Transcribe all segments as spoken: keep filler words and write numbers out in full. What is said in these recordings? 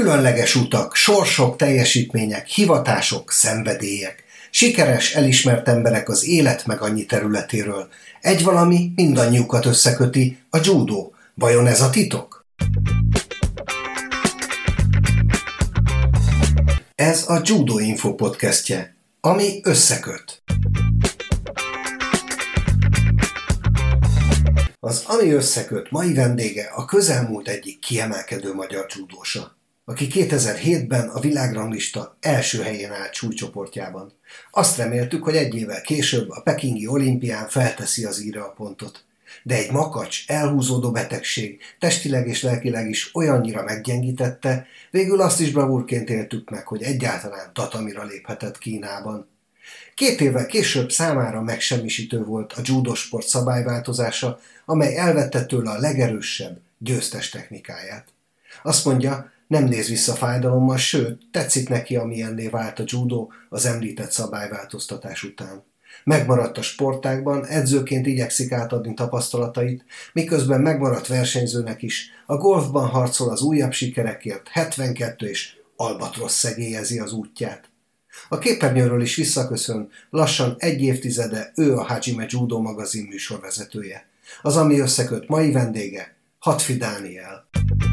Különleges utak, sorsok, teljesítmények, hivatások, szenvedélyek. Sikeres, elismert emberek az élet meg annyi területéről. Egy valami mindannyiukat összeköti, a judó. Vajon ez a titok? Ez a Judo Info podcastje, ami összeköt. Az Ami összeköt mai vendége a közelmúlt egyik kiemelkedő magyar judósa, aki kétezer-hétben a világranglista első helyén állt súlycsoportjában. Azt reméltük, hogy egy évvel később a pekingi olimpián felteszi az íre a pontot. De egy makacs, elhúzódó betegség testileg és lelkileg is olyannyira meggyengítette, végül azt is bravúrként éltük meg, hogy egyáltalán tatamira léphetett Kínában. Két évvel később számára megsemmisítő volt a judosport szabályváltozása, amely elvette tőle a legerősebb, győztes technikáját. Azt mondja, nem néz vissza fájdalommal, sőt, tetszik neki, amilyenné vált a judo az említett szabályváltoztatás után. Megmaradt a sportágban, edzőként igyekszik átadni tapasztalatait, miközben megmaradt versenyzőnek is, a golfban harcol az újabb sikerekért, hetvenkettő és albatrosz szegélyezi az útját. A képernyőről is visszaköszön, lassan egy évtizede ő a Hajime Judo magazin műsorvezetője. Az Ami összeköt mai vendége, Hadfi Dániel.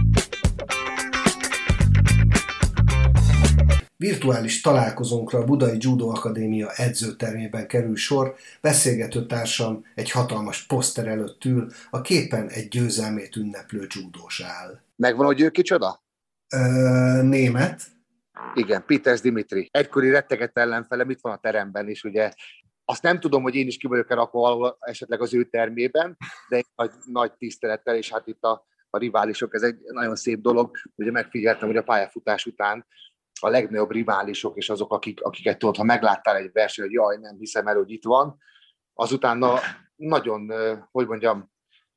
Virtuális találkozónkra a Budai Judo Akadémia edzőtermében kerül sor, beszélgető társam egy hatalmas poszter előtt ül, a képen egy győzelmét ünneplő judós áll. Megvan, hogy ő kicsoda? Ö, német. Igen, Peters Dimitri. Egykori rettegett ellenfelem itt van a teremben is, ugye. Azt nem tudom, hogy én is ki vagyok-e rakva valahol esetleg az ő termében, de nagy, nagy tisztelettel, és hát itt a, a riválisok, ez egy nagyon szép dolog. Ugye megfigyeltem, hogy a pályafutás után a legnagyobb riválisok, és azok, akik, akiket tudod, ha megláttál egy versenyt, hogy jaj, nem hiszem el, hogy itt van, azután nagyon, hogy mondjam,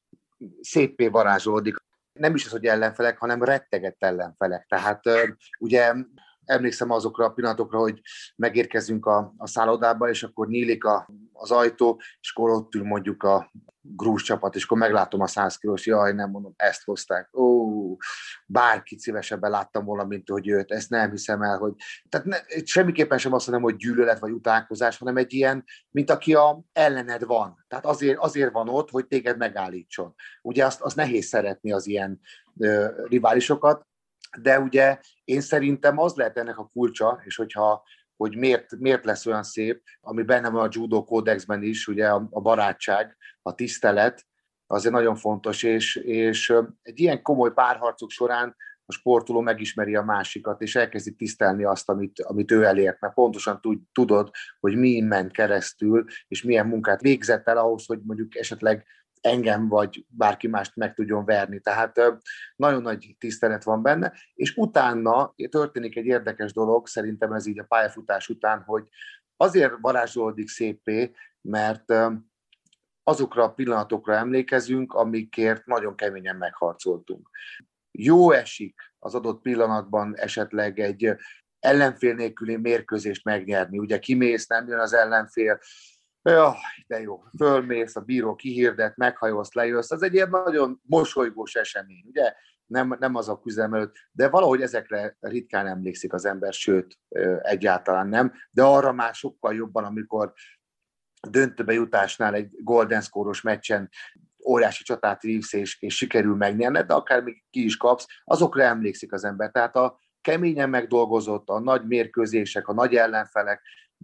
széppé varázsolódik. Nem is az, hogy ellenfelek, hanem rettegett ellenfelek. Tehát ugye emlékszem azokra a pillanatokra, hogy megérkezünk a, a szállodába, és akkor nyílik a, az ajtó, és akkor ott ül mondjuk a grúz csapat, és akkor meglátom a száz kilós, jaj, nem mondom, ezt hozták. Ó, bárkit szívesebben láttam volna, mint hogy őt, ezt nem hiszem el, hogy... Tehát ne, semmiképpen sem azt mondom, hogy gyűlölet vagy utálkozás, hanem egy ilyen, mint aki a ellened van. Tehát azért, azért van ott, hogy téged megállítson. Ugye azt, azt nehéz szeretni az ilyen ö, riválisokat, de ugye én szerintem az lehet ennek a kulcsa, és hogyha hogy miért, miért lesz olyan szép, ami benne van a judo kódexben is, ugye a, a barátság, a tisztelet, azért nagyon fontos, és, és egy ilyen komoly párharcok során a sportoló megismeri a másikat, és elkezdi tisztelni azt, amit, amit ő elért, mert pontosan tudod, hogy mi ment keresztül, és milyen munkát végzett el ahhoz, hogy mondjuk esetleg engem vagy bárki mást meg tudjon verni. Tehát nagyon nagy tisztelet van benne, és utána történik egy érdekes dolog, szerintem ez így a pályafutás után, hogy azért varázsolódik szépé, mert azokra a pillanatokra emlékezünk, amikért nagyon keményen megharcoltunk. Jó esik az adott pillanatban esetleg egy ellenfél nélküli mérkőzést megnyerni. Ugye kimész, nem jön az ellenfél, jaj, de jó, fölmész, a bíró kihirdet, meghajolsz, lejössz, ez egy ilyen nagyon mosolygós esemény, ugye? Nem, nem az a küzdelem előtt, de valahogy ezekre ritkán emlékszik az ember, sőt, egyáltalán nem, de arra már sokkal jobban, amikor döntőbe jutásnál egy golden score-os meccsen óriási csatát vívsz, és, és sikerül megnyerned, de akár még ki is kapsz, azokra emlékszik az ember. Tehát a keményen megdolgozott, a nagy mérkőzések, a nagy ellenfelek,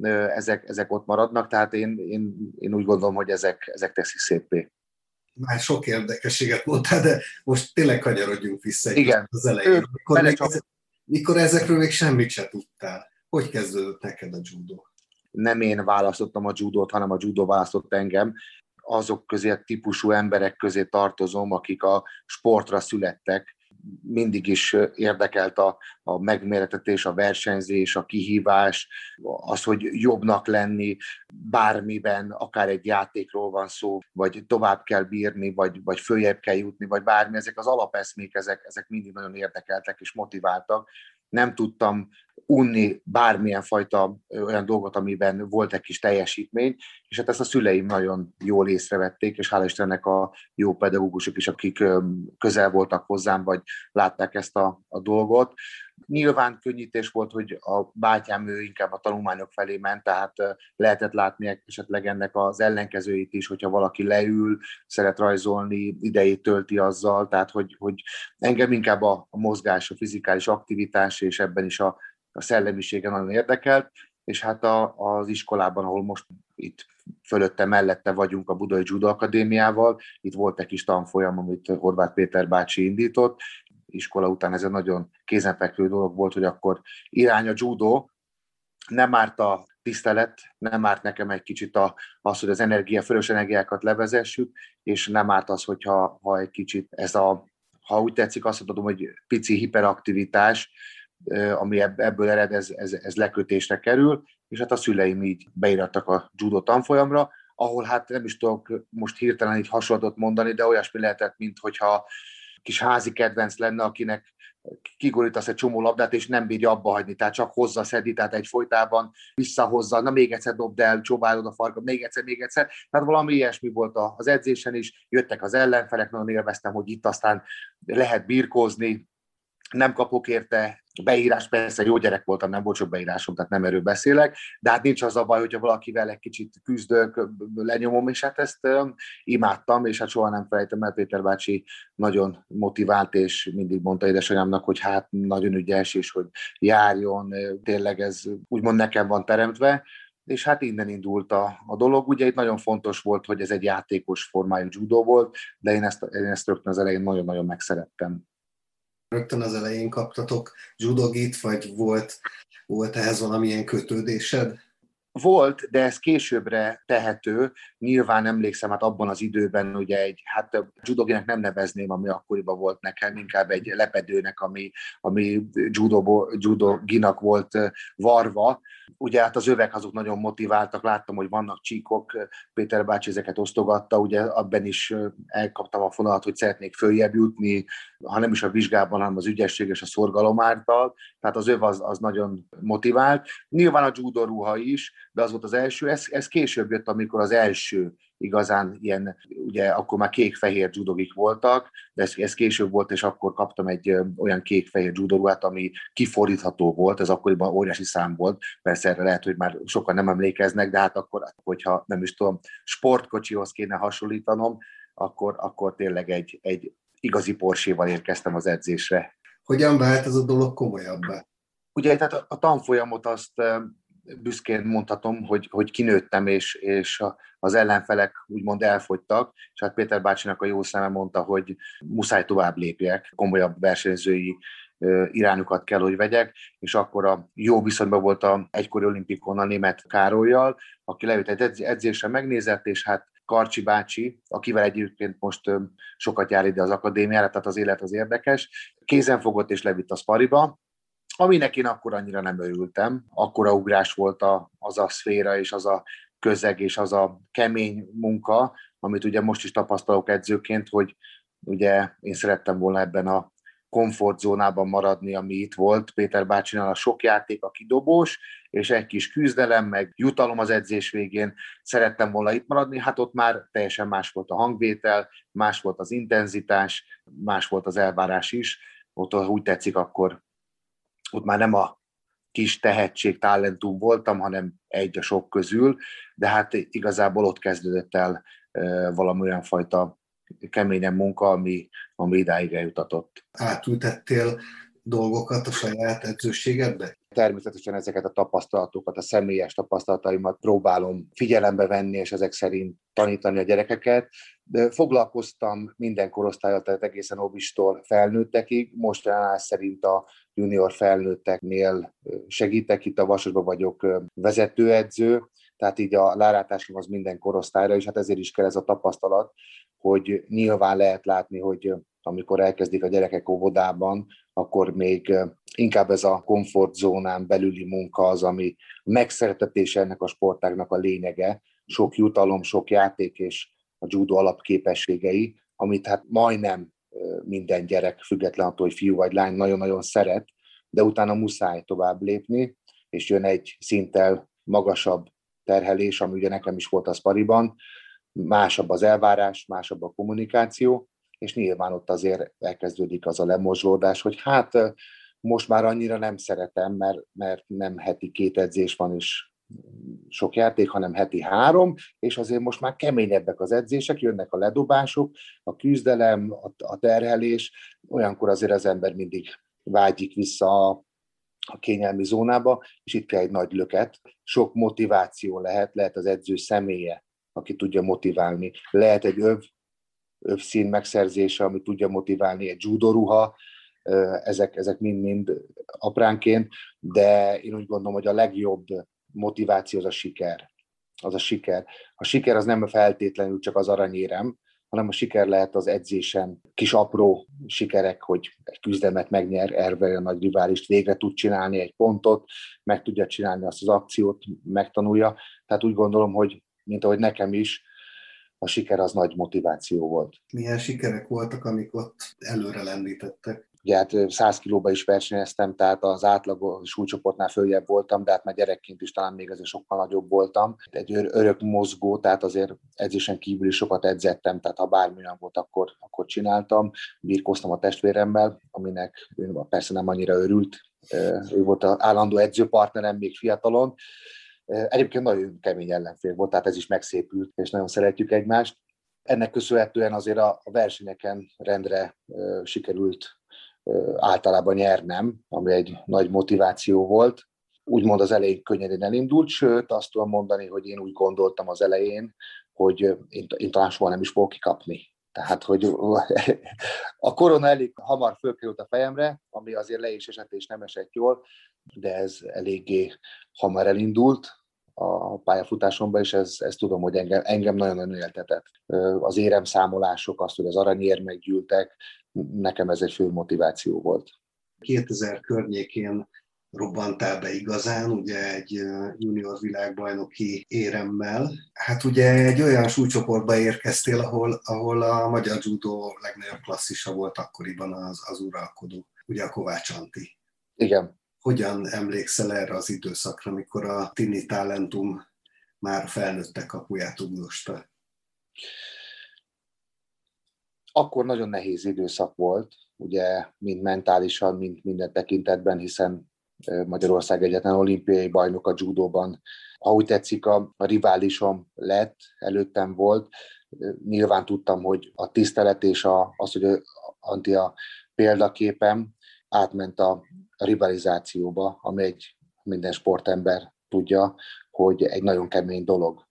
ezek, ezek ott maradnak, tehát én, én, én úgy gondolom, hogy ezek, ezek teszik szépé. Már sok érdekességet mondtál, de most tényleg kanyarodjunk vissza egy Igen. az elején. Mikor, még csak... ezek, mikor ezekről még semmit se tudtál. Hogy kezdődött neked a judo? Nem én választottam a judót, hanem a judo választott engem. Azok közé, a típusú emberek közé tartozom, akik a sportra születtek. Mindig is érdekelt a, a megméretetés, a versenyzés, a kihívás, az, hogy jobbnak lenni bármiben, akár egy játékról van szó, vagy tovább kell bírni, vagy, vagy följebb kell jutni, vagy bármi. Ezek az alapeszmék, ezek, ezek mindig nagyon érdekeltek és motiváltak. Nem tudtam unni bármilyen fajta olyan dolgot, amiben volt egy kis teljesítmény, és hát ezt a szüleim nagyon jól észrevették, és hála Istennek a jó pedagógusok is, akik közel voltak hozzám, vagy látták ezt a, a dolgot. Nyilván könnyítés volt, hogy a bátyám ő inkább a tanulmányok felé ment, tehát lehetett látni esetleg ennek az ellenkezőit is, hogyha valaki leül, szeret rajzolni, idejét tölti azzal, tehát hogy, hogy engem inkább a, a mozgás, a fizikális aktivitás, és ebben is a, a szellemisége nagyon érdekelt, és hát a, az iskolában, ahol most itt fölötte, mellette vagyunk a Budai Judo Akadémiával, itt volt egy kis tanfolyam, amit Horváth Péter bácsi indított, iskola után ez egy nagyon kézenfekvő dolog volt, hogy akkor irány a judo, nem árt a tisztelet, nem árt nekem egy kicsit a, az, hogy az energia, fölös energiákat levezessük, és nem árt az, hogyha ha egy kicsit ez a, ha úgy tetszik, azt mondom, hogy pici hiperaktivitás, ami ebből ered, ez, ez, ez lekötésre kerül, és hát a szüleim így beirattak a judo tanfolyamra, ahol hát nem is tudok most hirtelen így hasonlatot mondani, de olyasmi lehetett, mint hogyha kis házi kedvenc lenne, akinek kigorítasz egy csomó labdát, és nem bírja abba hagyni, tehát csak hozzaszedi, tehát egyfolytában visszahozza, na még egyszer dobd el, csóválod a farkat, még egyszer, még egyszer. Tehát valami ilyesmi volt az edzésen is, jöttek az ellenfelek, nagyon élveztem, hogy itt aztán lehet birkózni, nem kapok érte beírás, persze jó gyerek voltam, nem volt sok beírásom, tehát nem erről beszélek, de hát nincs az a baj, hogyha valakivel egy kicsit küzdök, lenyomom, és hát ezt um, imádtam, és hát soha nem felejtem el, Péter bácsi nagyon motivált, és mindig mondta édesanyámnak, hogy hát nagyon ügyes, és hogy járjon, tényleg ez úgymond nekem van teremtve, és hát innen indult a, a dolog. Ugye itt nagyon fontos volt, hogy ez egy játékos formájú judo volt, de én ezt, én ezt rögtön az elején nagyon-nagyon megszerettem. Rögtön az elején kaptatok judogit, vagy volt, volt ehhez valamilyen kötődésed? Volt, de ez későbbre tehető. Nyilván emlékszem, hát abban az időben ugye egy, hát judoginek nem nevezném, ami akkoriban volt nekem, inkább egy lepedőnek, ami, ami judobo, judoginak volt varva. Ugye hát az övek azok nagyon motiváltak, láttam, hogy vannak csíkok, Péter bácsi ezeket osztogatta, ugye abban is elkaptam a fonalat, hogy szeretnék följebb jutni, ha nem is a vizsgában, hanem az ügyesség és a szorgalom által, tehát az öv az, az nagyon motivált. Nyilván a judo ruha is, de az volt az első, ez, ez később jött, amikor az első igazán ilyen, ugye akkor már kék-fehér judogik voltak, de ez, ez később volt, és akkor kaptam egy ö, olyan kék-fehér judoruhát, ami kifordítható volt, ez akkoriban óriási szám volt, persze erre lehet, hogy már sokan nem emlékeznek, de hát akkor, hogyha nem is tudom, sportkocsihoz kéne hasonlítanom, akkor, akkor tényleg egy, egy igazi Porséval érkeztem az edzésre. Hogyan vált ez a dolog komolyabbá? Ugye tehát a, a tanfolyamot azt büszkén mondhatom, hogy, hogy kinőttem, és, és az ellenfelek úgymond elfogytak, és hát Péter bácsinak a jó szeme mondta, hogy muszáj tovább lépjek, komolyabb versenyzői irányokat kell, hogy vegyek, és akkor a jó viszonyban volt a egykori olimpikon a német Károlyjal, aki leült egy edzésre, megnézett, és hát Karcsi bácsi, akivel egyébként most sokat jár ide az akadémiára, tehát az élet az érdekes, kézen fogott és levitt a spariba, aminek én akkor annyira nem örültem. Akkora ugrás volt a, az a szféra és az a közeg és az a kemény munka, amit ugye most is tapasztalok edzőként, hogy ugye én szerettem volna ebben a komfortzónában maradni, ami itt volt. Péter bácsinál a sok játék, a kidobós, és egy kis küzdelem, meg jutalom az edzés végén. Szerettem volna itt maradni, hát ott már teljesen más volt a hangvétel, más volt az intenzitás, más volt az elvárás is. Ott, ha úgy tetszik, akkor ott már nem a kis tehetség, talentum voltam, hanem egy a sok közül, de hát igazából ott kezdődött el valami olyan fajta keményen munka, ami, ami idáig eljutatott. Átültettél dolgokat a saját edzőségedbe? Természetesen ezeket a tapasztalatokat, a személyes tapasztalataimat próbálom figyelembe venni, és ezek szerint tanítani a gyerekeket. De foglalkoztam minden korosztályat, tehát egészen óvistól felnőttekig. Mostanában szerint a junior felnőtteknél segítek, itt a Vasasban vagyok vezetőedző, tehát így a rálátásom az minden korosztályra, és hát ezért is kell ez a tapasztalat, hogy nyilván lehet látni, hogy amikor elkezdik a gyerekek óvodában, akkor még inkább ez a komfortzónán belüli munka az, ami megszeretetése ennek a sportágnak a lényege, sok jutalom, sok játék és a judo alapképességei, amit hát majdnem minden gyerek, független attól, hogy fiú vagy lány, nagyon-nagyon szeret, de utána muszáj tovább lépni, és jön egy szinttel magasabb terhelés, ami ugye nekem is volt a szpariban, másabb az elvárás, másabb a kommunikáció, és nyilván ott azért elkezdődik az a lemozsódás, hogy hát most már annyira nem szeretem, mert, mert nem heti két edzés van, és sok játék, hanem heti három, és azért most már keményebbek az edzések, jönnek a ledobások, a küzdelem, a, a terhelés, olyankor azért az ember mindig vágyik vissza a, a kényelmi zónába, és itt kell egy nagy löket. Sok motiváció lehet, lehet az edző személye, aki tudja motiválni. Lehet egy öv, övszín megszerzése, ami tudja motiválni, egy judoruha, ezek, ezek mind-mind apránként, de én úgy gondolom, hogy a legjobb motiváció az a siker. Az a siker. A siker az nem feltétlenül csak az aranyérem, hanem a siker lehet az edzésen kis apró sikerek, hogy egy küzdelmet megnyer, elverje a nagy riválist, végre tud csinálni egy pontot, meg tudja csinálni azt az akciót, megtanulja. Tehát úgy gondolom, hogy mint ahogy nekem is, a siker az nagy motiváció volt. Milyen sikerek voltak, amik ott előre lendítettek? Ugye hát száz kilóba is versenyeztem, tehát az átlag súlycsoportnál följebb voltam, de hát már gyerekként is talán még azért sokkal nagyobb voltam. Egy örök mozgó, tehát azért edzésen kívül is sokat edzettem, tehát ha bármilyen volt, akkor, akkor csináltam. Birkóztam a testvéremmel, aminek ő persze nem annyira örült. Ő volt az állandó edzőpartnerem még fiatalon. Egyébként nagyon kemény ellenfél volt, tehát ez is megszépült, és nagyon szeretjük egymást. Ennek köszönhetően azért a versenyeken rendre sikerült általában nyernem, ami egy nagy motiváció volt. Úgymond az elején könnyedén elindult, sőt azt tudom mondani, hogy én úgy gondoltam az elején, hogy én, én talán soha nem is fogok kikapni. Tehát, hogy a korona elég hamar fölkerült a fejemre, ami azért le is esett és nem esett jól, de ez eléggé hamar elindult a pályafutásomban, és ez, ez tudom, hogy engem, engem nagyon éltetett. Az éremszámolások, azt, hogy az aranyérmek gyűltek, nekem ez egy fő motiváció volt. kétezer környékén robbantál be igazán, ugye egy junior világbajnoki éremmel. Hát ugye egy olyan súlycsoportba érkeztél, ahol, ahol a magyar judó legnagyobb klasszisa volt akkoriban az, az uralkodó, ugye a Kovács Antti. Igen. Hogyan emlékszel erre az időszakra, amikor a tini talentum már felnőttek kapuját ugrosta? Akkor nagyon nehéz időszak volt, ugye mind mentálisan, mind minden tekintetben, hiszen Magyarország egyetlen olimpiai bajnok a judóban. Ha úgy tetszik, a, a riválisom lett, előttem volt. Nyilván tudtam, hogy a tisztelet és a, az, hogy Antti a példaképem átment a rivalizációba, ami egy minden sportember tudja, hogy egy nagyon kemény dolog.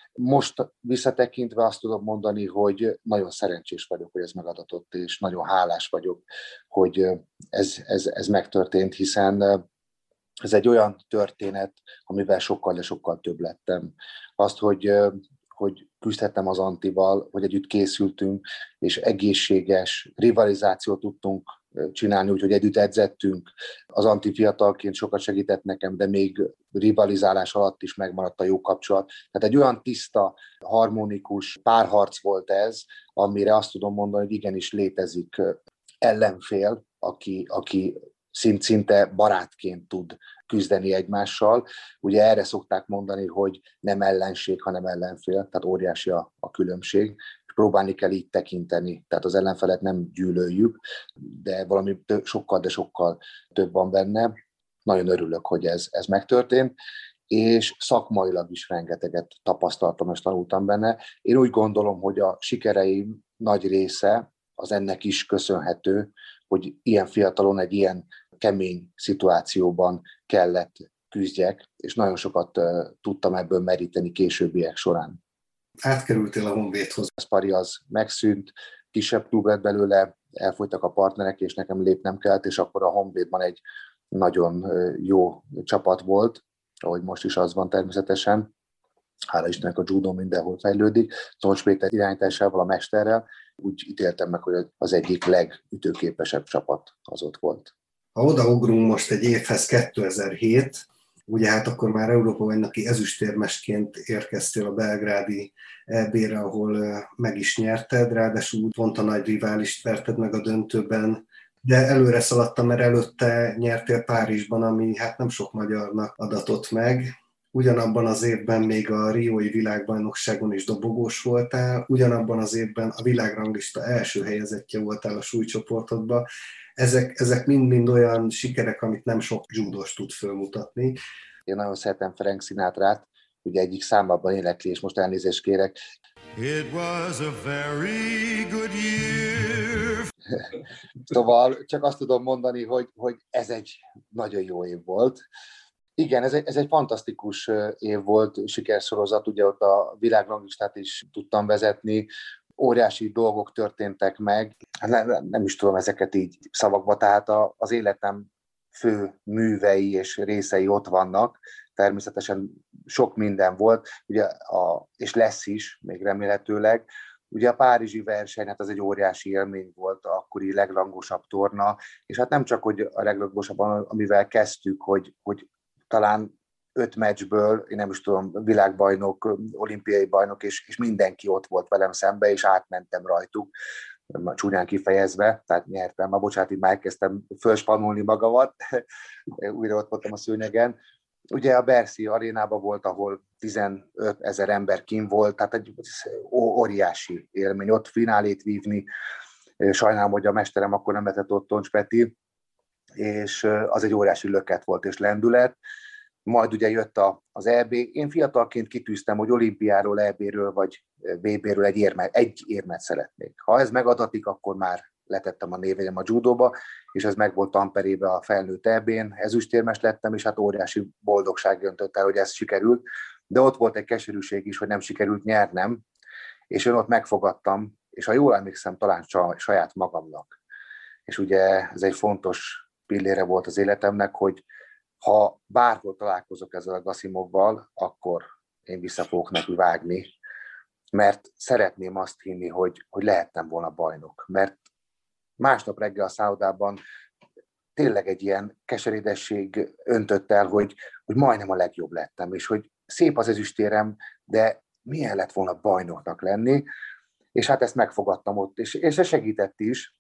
Most visszatekintve azt tudom mondani, hogy nagyon szerencsés vagyok, hogy ez megadatott, és nagyon hálás vagyok, hogy ez, ez, ez megtörtént, hiszen ez egy olyan történet, amivel sokkal, de sokkal több lettem. Azt, hogy, hogy küzdhettem az Antival, hogy együtt készültünk, és egészséges rivalizációt tudtunk csinálni, úgyhogy együtt edzettünk. Az Anti fiatalként sokat segített nekem, de még rivalizálás alatt is megmaradt a jó kapcsolat. Tehát egy olyan tiszta, harmonikus párharc volt ez, amire azt tudom mondani, hogy igenis létezik ellenfél, aki, aki szinte barátként tud küzdeni egymással. Ugye erre szokták mondani, hogy nem ellenség, hanem ellenfél, tehát óriási a, a különbség. Próbálni kell így tekinteni, tehát az ellenfelet nem gyűlöljük, de valami tö- sokkal, de sokkal több van benne. Nagyon örülök, hogy ez, ez megtörtént, és szakmailag is rengeteget tapasztaltam és tanultam benne. Én úgy gondolom, hogy a sikereim nagy része az ennek is köszönhető, hogy ilyen fiatalon egy ilyen kemény szituációban kellett küzdjek, és nagyon sokat uh, tudtam ebből meríteni későbbiek során. Átkerültél a Honvédhoz. A Spari az megszűnt, kisebb klub lett belőle, elfogytak a partnerek, és nekem lépnem kellett, és akkor a Honvédban egy nagyon jó csapat volt, ahogy most is az van természetesen. Hála Istennek a judo mindenhol fejlődik. Zoncs Péter irányításával, a mesterrel, úgy ítéltem meg, hogy az egyik legütőképesebb csapat az ott volt. Ha odaugrunk most egy évhez, kétezer-hét, ugye hát akkor már Európa-bajnoki ezüstérmesként érkeztél a belgrádi é bé-re, ahol meg is nyerted, ráadásul pont a nagy riválist verted meg a döntőben, De előre szaladtam, mert előtte nyertél Párizsban, ami hát nem sok magyarnak adatott meg. Ugyanabban az évben még a riói világbajnokságon is dobogós voltál, ugyanabban az évben a világranglista első helyezettje voltál a súlycsoportodban. Ezek, ezek mind-mind olyan sikerek, amit nem sok judós tud fölmutatni. Én nagyon szeretem Frank Sinatrát, ugye egyik számában énekli, és most elnézést kérek. It was a very good year. Szóval csak azt tudom mondani, hogy, hogy ez egy nagyon jó év volt. Igen, ez egy, ez egy fantasztikus év volt, sikersorozat, ugye ott a világranglistát is tudtam vezetni, óriási dolgok történtek meg, nem, nem is tudom ezeket így szavakba, tehát a, az életem fő művei és részei ott vannak, természetesen sok minden volt, ugye a, és lesz is, még remélhetőleg. Ugye a párizsi verseny, hát az egy óriási élmény volt, akkori legrangosabb torna, és hát nem csak, hogy a legrangosabb, amivel kezdtük, hogy, hogy talán öt meccsből, én nem is tudom, világbajnok, olimpiai bajnok, és, és mindenki ott volt velem szembe, és átmentem rajtuk, csúnyán kifejezve, tehát nyertem, ma bocsánat, így már elkezdtem fölspanolni magamat, újra ott voltam a szőnyegen. Ugye a Bercy arénában volt, ahol tizenöt ezer ember kint volt, tehát egy óriási élmény, ott finálét vívni. Sajnálom, hogy a mesterem akkor nem lehetett ott, Toncs Peti, és az egy óriási löket volt és lendület. Majd ugye jött az é bé. Én fiatalként kitűztem, hogy olimpiáról, é béről vagy bé béről egy érmet, egy érmet szeretnék. Ha ez megadatik, akkor már letettem a névegyem a judóba, és ez meg volt Tamperébe a felnőtt é bén, ezüstérmes lettem, és hát óriási boldogság jöntött el, hogy ez sikerült, de ott volt egy keserűség is, hogy nem sikerült nyernem, és én ott megfogadtam, és ha jól emlékszem, talán saját magamnak. És ugye ez egy fontos pillére volt az életemnek, hogy ha bárhol találkozok ezzel a Gasimovval, akkor én vissza fogok neki vágni, mert szeretném azt hinni, hogy, hogy lehettem volna bajnok, mert másnap reggel a szállodában tényleg egy ilyen keserédesség öntött el, hogy, hogy majdnem a legjobb lettem, és hogy szép az ezüstérem, de milyen lett volna bajnoknak lenni, és hát ezt megfogadtam ott, és, és ez segített is,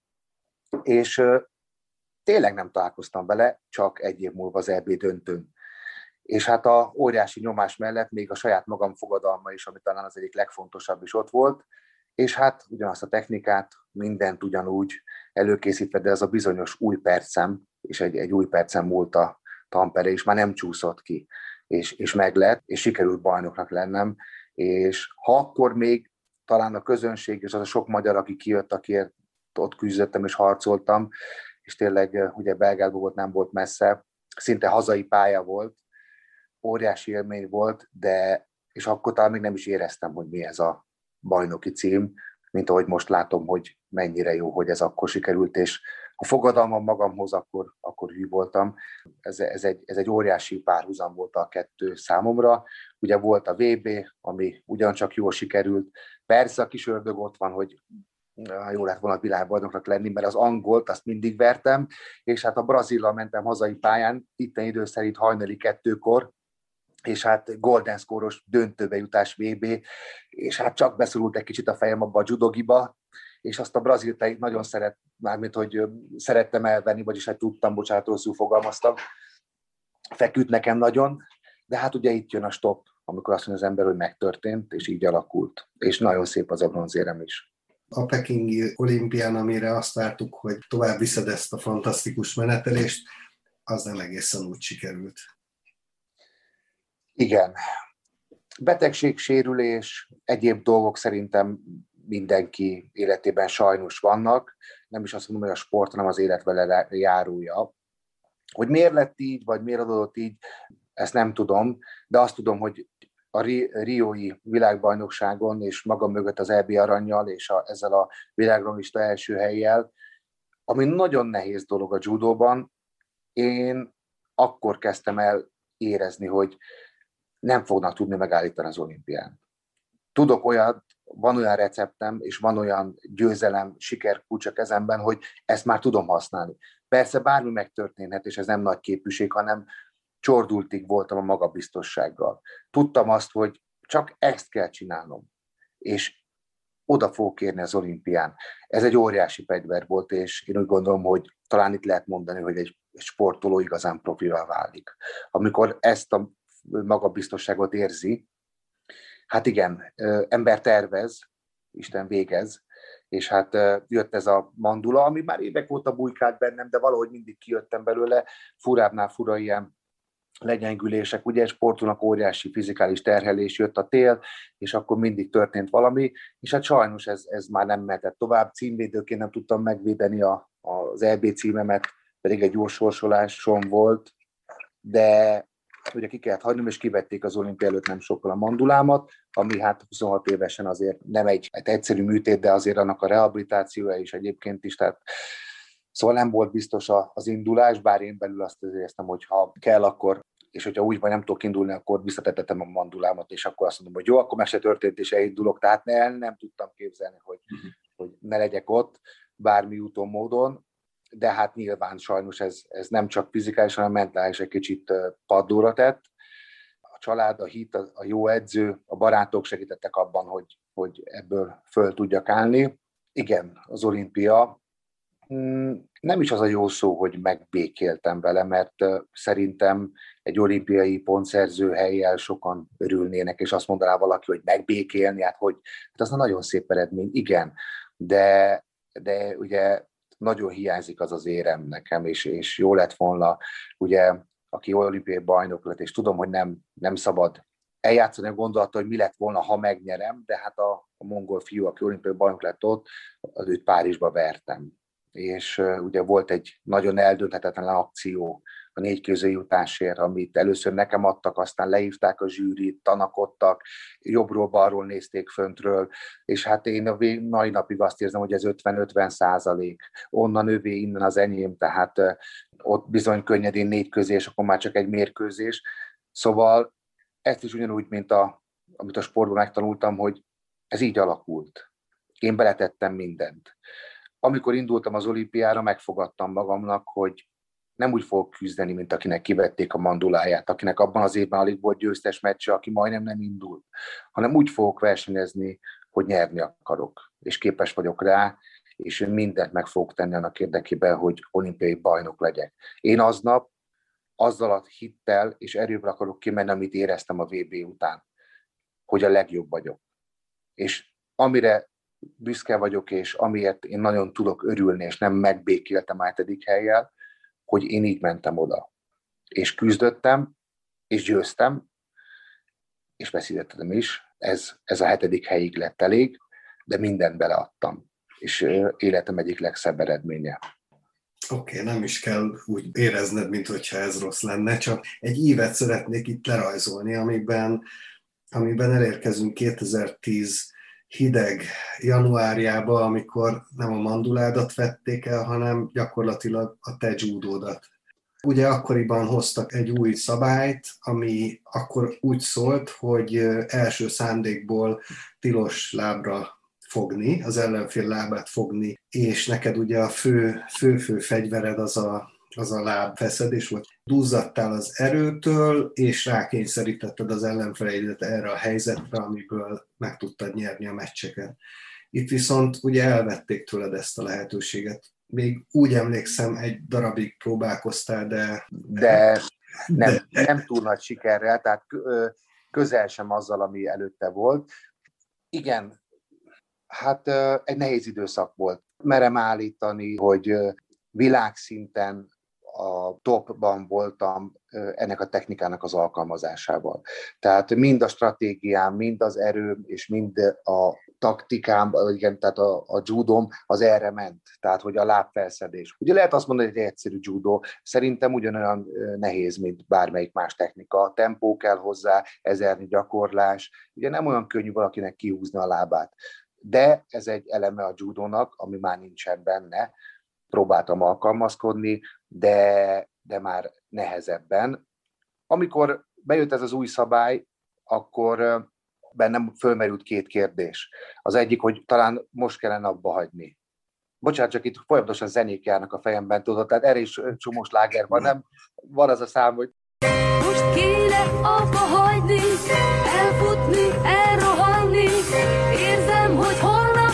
és uh, tényleg nem találkoztam vele, csak egy év múlva az é bé döntőn. És hát a óriási nyomás mellett még a saját magam fogadalma is, ami talán az egyik legfontosabb is ott volt, és hát ugyanazt a technikát, mindent ugyanúgy előkészítve, de ez a bizonyos új percem, és egy, egy új percem múlt a Tampere, és már nem csúszott ki, és, és meg lett, és sikerült bajnoknak lennem, és ha akkor még talán a közönség, és az a sok magyar, aki kijött, akiért ott küzdöttem és harcoltam, és tényleg ugye Belgrádból volt, nem volt messze, szinte hazai pálya volt, óriási élmény volt, de és akkor talán még nem is éreztem, hogy mi ez a bajnoki cím, mint ahogy most látom, hogy mennyire jó, hogy ez akkor sikerült, és a fogadalmam magamhoz akkor, akkor hű voltam. Ez, ez, egy, ez egy óriási párhuzam volt a kettő számomra. Ugye volt a vé bé, ami ugyancsak jól sikerült. Persze a kis ördög ott van, hogy jó lett volna világbajnoknak lenni, mert az angolt azt mindig vertem, és hát a Brazillal mentem hazai pályán, itten idő szerint hajnali kettőkor, és hát golden score-os döntőbe jutás vé bé, és hát csak beszorult egy kicsit a fejem abba a judogiba, és azt a brazilt nagyon szeret, mármint, hogy szerettem elvenni, vagyis hát tudtam, bocsánat, rosszul fogalmaztam, feküdt nekem nagyon, de hát ugye itt jön a stop, amikor azt mondja az ember, hogy megtörtént, és így alakult, és nagyon szép az a bronzérem is. A pekingi olimpián, amire azt vártuk, hogy tovább viszed ezt a fantasztikus menetelést, az nem egészen úgy sikerült. Igen. Betegség, sérülés, egyéb dolgok szerintem mindenki életében sajnos vannak. Nem is azt mondom, hogy a sport, hanem az élet vele járója. Hogy miért lett így, vagy miért adott így, ezt nem tudom, de azt tudom, hogy a riói világbajnokságon és maga mögött az é bé arannyal és a, ezzel a világranglista első helyjel, ami nagyon nehéz dolog a judóban, én akkor kezdtem el érezni, hogy nem fognak tudni megállítani az olimpián. Tudok olyat, van olyan receptem, és van olyan győzelem, sikerkulcs a kezemben, hogy ezt már tudom használni. Persze bármi megtörténhet, és ez nem nagy képűség, hanem csordultig voltam a magabiztossággal. Tudtam azt, hogy csak ezt kell csinálnom. És oda fogok érni az olimpián. Ez egy óriási fegyver volt, és én úgy gondolom, hogy talán itt lehet mondani, hogy egy sportoló igazán profivá válik. Amikor ezt a magabiztosságot érzi, hát igen, ember tervez, Isten végez, és hát jött ez a mandula, ami már évek óta bujkált bennem, de valahogy mindig kijöttem belőle, furábbnál fura ilyen legyengülések, ugye egy sportolónak óriási fizikális terhelés, jött a tél, és akkor mindig történt valami, és hát sajnos ez, ez már nem mehetett tovább. Címvédőként nem tudtam megvédeni a, az é bé címemet, pedig egy jó sorsolásom volt, de ugye ki kellett hagynom, és kivették az olimpia előtt nem sokkal a mandulámat, ami hát huszonhat évesen azért nem egy, egy egyszerű műtét, de azért annak a rehabilitációja is egyébként is, tehát szóval nem volt biztos az indulás, bár én belül azt éreztem, hogy ha kell, akkor, és hogyha úgy vagy nem tudok indulni, akkor visszatetettem a mandulámat, és akkor azt mondom, hogy jó, akkor meg se történt, és elindulok. Tehát nem, nem tudtam képzelni, hogy, uh-huh. hogy ne legyek ott, bármi úton, módon, de hát nyilván sajnos ez, ez nem csak fizikális, hanem mentális egy kicsit padlóra tett. A család, a hit, a, a jó edző, a barátok segítettek abban, hogy, hogy ebből föl tudjak állni. Igen, az olimpia, nem is az a jó szó, hogy megbékéltem vele, mert szerintem egy olimpiai pontszerző hellyel sokan örülnének, és azt mondaná valaki, hogy megbékélni, hát hogy hát az a nagyon szép eredmény, igen, de, de ugye nagyon hiányzik az az érem nekem, és, és jó lett volna, ugye, aki olimpiai bajnok lett, és tudom, hogy nem, nem szabad eljátszani a gondolattal, hogy mi lett volna, ha megnyerem, de hát a, a mongol fiú, aki olimpiai bajnok lett ott, az őt Párizsba vertem. És uh, ugye volt egy nagyon eldönthetetlen akció a négykézői jutásért, amit először nekem adtak, aztán lehívták a zsűrit, tanakodtak, jobbról-balról nézték föntről, és hát én a vé- mai napig azt érzem, hogy ez ötven-ötven százalék. Onnan övé, innen az enyém, tehát uh, ott bizony könnyedén négy közé, és akkor már csak egy mérkőzés. Szóval ezt is ugyanúgy, mint a, amit a sportban megtanultam, hogy ez így alakult. Én beletettem mindent. Amikor indultam az olimpiára, megfogadtam magamnak, hogy nem úgy fogok küzdeni, mint akinek kivették a manduláját, akinek abban az évben alig volt győztes meccse, aki majdnem nem indult, hanem úgy fogok versenyezni, hogy nyerni akarok, és képes vagyok rá, és mindent meg fogok tenni annak érdekében, hogy olimpiai bajnok legyek. Én aznap azzal a hittel és erővel akarok kimenni, amit éreztem a vé bé után, hogy a legjobb vagyok. És amire büszke vagyok, és amiért én nagyon tudok örülni, és nem megbékéltem a hetedik hellyel, hogy én így mentem oda. És küzdöttem, és győztem, és veszítettem is. Ez, ez a hetedik helyig lett elég, de mindent beleadtam. És életem egyik legszebb eredménye. Oké, okay, nem is kell úgy érezned, mintha ez rossz lenne, csak egy ívet szeretnék itt lerajzolni, amiben, amiben elérkezünk kétezer-tíz hideg januárjába, amikor nem a manduládat vették el, hanem gyakorlatilag a te judódat. Ugye akkoriban hoztak egy új szabályt, ami akkor úgy szólt, hogy első szándékból tilos lábra fogni, az ellenfél lábát fogni, és neked ugye a fő, fő-fő fegyvered az a, az a lábfeszedés volt. Duzzadtál az erőtől, és rákényszerítetted az ellenfeleidet erre a helyzetre, amiből meg tudtad nyerni a meccseket. Itt viszont ugye elvették tőled ezt a lehetőséget. Még úgy emlékszem, egy darabig próbálkoztál, de... De nem, de... nem túl nagy sikerrel, tehát közel sem azzal, ami előtte volt. Igen, hát egy nehéz időszak volt. Merem állítani, hogy világszinten a topban voltam ennek a technikának az alkalmazásával. Tehát mind a stratégiám, mind az erőm, és mind a taktikám, igen, tehát a, a judóm az erre ment, tehát hogy a lábfelszedés. Ugye lehet azt mondani, hogy egy egyszerű judó, szerintem ugyanolyan nehéz, mint bármelyik más technika. Tempó kell hozzá, ezernyi gyakorlás, ugye nem olyan könnyű valakinek kihúzni a lábát. De ez egy eleme a judónak, ami már nincsen benne. Próbáltam alkalmazkodni, de, de már nehezebben. Amikor bejött ez az új szabály, akkor bennem fölmerült két kérdés. Az egyik, hogy talán most kellene abba hagyni. Bocsánat, csak itt folyamatosan zenék járnak a fejemben, tudod, tehát erre is csomó sláger van, nem? Van az a szám, hogy most kéne abba hagyni, elfutni, elrohanni, érzem, hogy holnap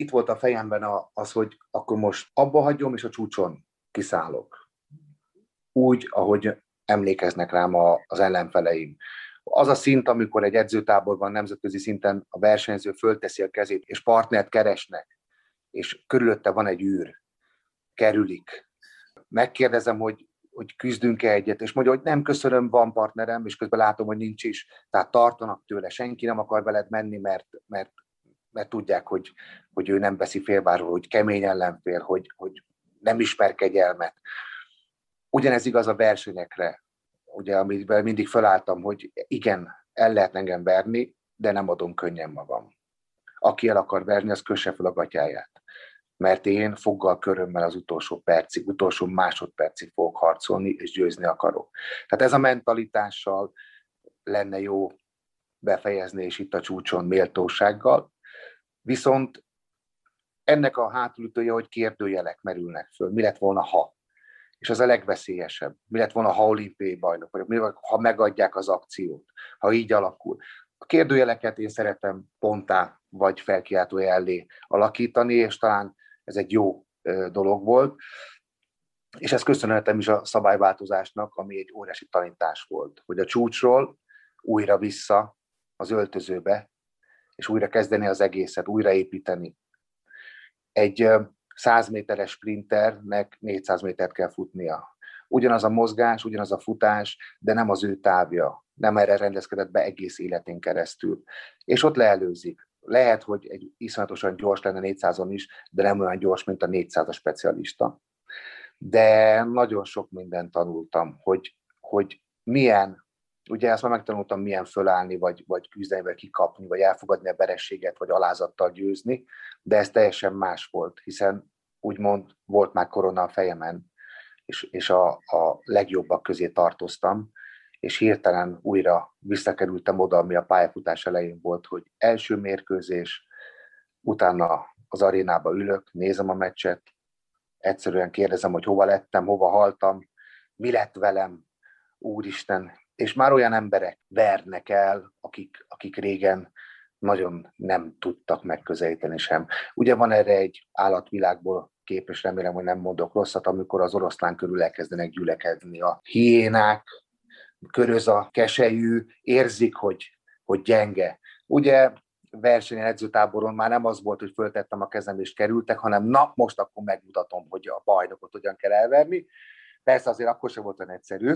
itt volt a fejemben az, hogy akkor most abba hagyom, és a csúcson kiszállok. Úgy, ahogy emlékeznek rám az ellenfeleim. Az a szint, amikor egy edzőtáborban nemzetközi szinten a versenyző fölteszi a kezét, és partnert keresnek, és körülötte van egy űr, kerülik. Megkérdezem, hogy, hogy küzdünk-e egyet, és mondja, hogy nem, köszönöm, van partnerem, és közben látom, hogy nincs is. Tehát tartanak tőle, senki nem akar veled menni, mert, mert, mert tudják, hogy, hogy ő nem veszi félváról, hogy kemény ellenfél, hogy, hogy nem ismer kegyelmet. Ugyanez igaz a versenyekre, ugye, amiben mindig felálltam, hogy igen, el lehet engem verni, de nem adom könnyen magam. Aki el akar verni, az kösse fel a gatyáját. Mert én foggal körömmel az utolsó percig, utolsó másodpercig fogok harcolni, és győzni akarok. Tehát ez a mentalitással lenne jó befejezni, és itt a csúcson méltósággal. Viszont ennek a hátulütője, hogy kérdőjelek merülnek föl. Mi lett volna, ha? És az a legveszélyesebb. Mi lett volna, ha olimpiai bajnok vagyok? Mi van, ha megadják az akciót? Ha így alakul? A kérdőjeleket én szeretem ponttá vagy felkiáltója elé alakítani, és talán ez egy jó dolog volt. És ezt köszönhetem is a szabályváltozásnak, ami egy óriási tanítás volt, hogy a csúcsról újra vissza az öltözőbe, és újra kezdeni az egészet, újraépíteni. Egy száz méteres sprinternek négyszáz métert kell futnia. Ugyanaz a mozgás, ugyanaz a futás, de nem az ő távja. Nem erre rendezkedett be egész életén keresztül. És ott leelőzik. Lehet, hogy egy iszonyatosan gyors lenne négyszázon is, de nem olyan gyors, mint a négyszázas specialista. De nagyon sok mindent tanultam, hogy, hogy milyen, ugye ezt már megtanultam, milyen fölállni, vagy, vagy küzdeni, vagy kikapni, vagy elfogadni a verességet, vagy alázattal győzni, de ez teljesen más volt, hiszen úgymond volt már korona a fejemen, és, és a, a legjobbak közé tartoztam, és hirtelen újra visszakerültem oda, ami a pályafutás elején volt, hogy első mérkőzés, utána az arénába ülök, nézem a meccset, egyszerűen kérdezem, hogy hova lettem, hova haltam, mi lett velem, úristen, és már olyan emberek vernek el, akik, akik régen nagyon nem tudtak megközelíteni sem. Ugye van erre egy állatvilágból kép, és remélem, hogy nem mondok rosszat, amikor az oroszlán körül elkezdenek gyülekedni a hiénák, köröz a keselyű, érzik, hogy, hogy gyenge. Ugye versenyen, edzőtáboron már nem az volt, hogy föltettem a kezem és kerültek, hanem na, most akkor megmutatom, hogy a bajnokot hogyan kell elverni. Persze azért akkor sem volt olyan egyszerű,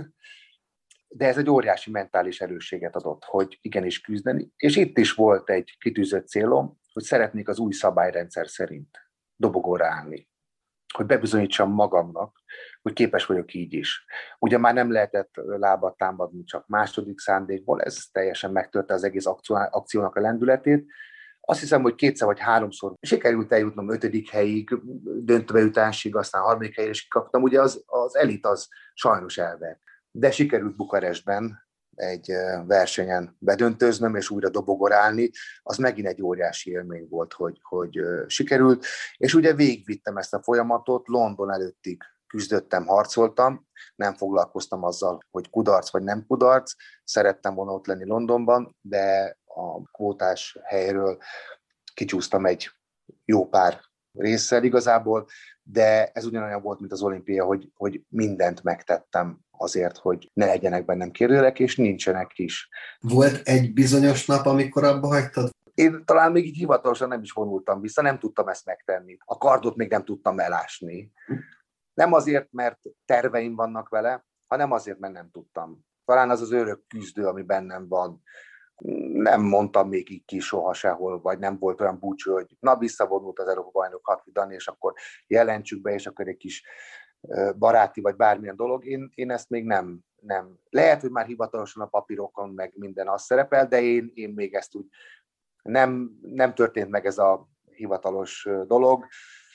de ez egy óriási mentális erősséget adott, hogy igenis küzdeni. És itt is volt egy kitűzött célom, hogy szeretnék az új szabályrendszer szerint dobogóra állni. Hogy bebizonyítsam magamnak, hogy képes vagyok így is. Ugye már nem lehetett lábat támadni csak második szándékból, ez teljesen megtörte az egész akciónak a lendületét. Azt hiszem, hogy kétszer vagy háromszor sikerült eljutnom ötödik helyig, döntőbe jutásig, aztán harmadik helyre is kikaptam. Ugye az, az elit az sajnos elvert. De sikerült Bukarestben egy versenyen bedöntőznöm, és újra dobogorálni, az megint egy óriási élmény volt, hogy, hogy sikerült. És ugye végigvittem ezt a folyamatot, London előttig küzdöttem, harcoltam, nem foglalkoztam azzal, hogy kudarc vagy nem kudarc, szerettem volna ott lenni Londonban, de a kvótás helyről kicsúsztam egy jó pár résszel igazából, de ez ugyanolyan volt, mint az olimpia, hogy, hogy mindent megtettem azért, hogy ne legyenek bennem kérdőjelek, és nincsenek is. Volt egy bizonyos nap, amikor abba hagytad? Én talán még így hivatalosan nem is vonultam vissza, nem tudtam ezt megtenni. A kardot még nem tudtam elásni. Nem azért, mert terveim vannak vele, hanem azért, mert nem tudtam. Talán az az örök küzdő, ami bennem van. Nem mondtam még így ki soha sehol, vagy nem volt olyan búcsú, hogy na, visszavonult az Európa-bajnok Hatvidani, és akkor jelentsük be, és akkor egy kis baráti, vagy bármilyen dolog. Én, én ezt még nem, nem. Lehet, hogy már hivatalosan a papírokon meg minden az szerepel, de én, én még ezt úgy nem, nem történt meg ez a hivatalos dolog,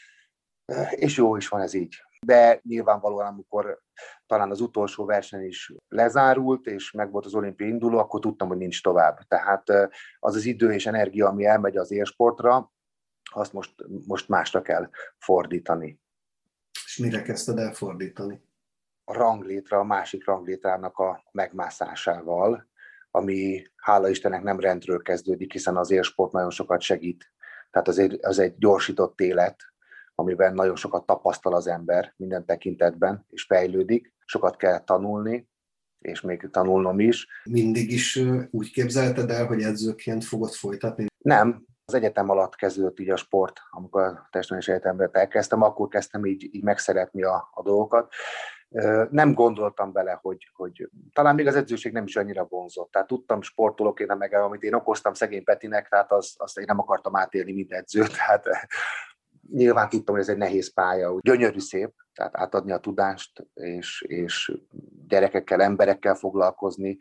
és jó is van ez így. De nyilvánvalóan, amikor talán az utolsó verseny is lezárult, és meg volt az olimpia induló, akkor tudtam, hogy nincs tovább. Tehát az az idő és energia, ami elmegy az élsportra, azt most, most másra kell fordítani. És mire kezdted el fordítani? A ranglétra, a másik ranglétrának a megmászásával, ami hála Istennek nem rendről kezdődik, hiszen az élsport nagyon sokat segít Tehát az egy, az egy gyorsított élet, amiben nagyon sokat tapasztal az ember minden tekintetben, és fejlődik. Sokat kell tanulni, és még tanulnom is. Mindig is úgy képzelted el, hogy edzőként fogod folytatni? Nem. Az egyetem alatt kezdődött így a sport, amikor a testnevelési egyetemre elkezdtem, akkor kezdtem így, így megszeretni a, a dolgokat. Nem gondoltam bele, hogy, hogy talán még az edzőség nem is annyira vonzott. Tehát tudtam sportolóként, meg amit én okoztam szegény Petinek, tehát azt, azt én nem akartam átélni, mint edző. Tehát nyilván tudtam, hogy ez egy nehéz pálya, gyönyörű szép, tehát átadni a tudást, és, és gyerekekkel, emberekkel foglalkozni,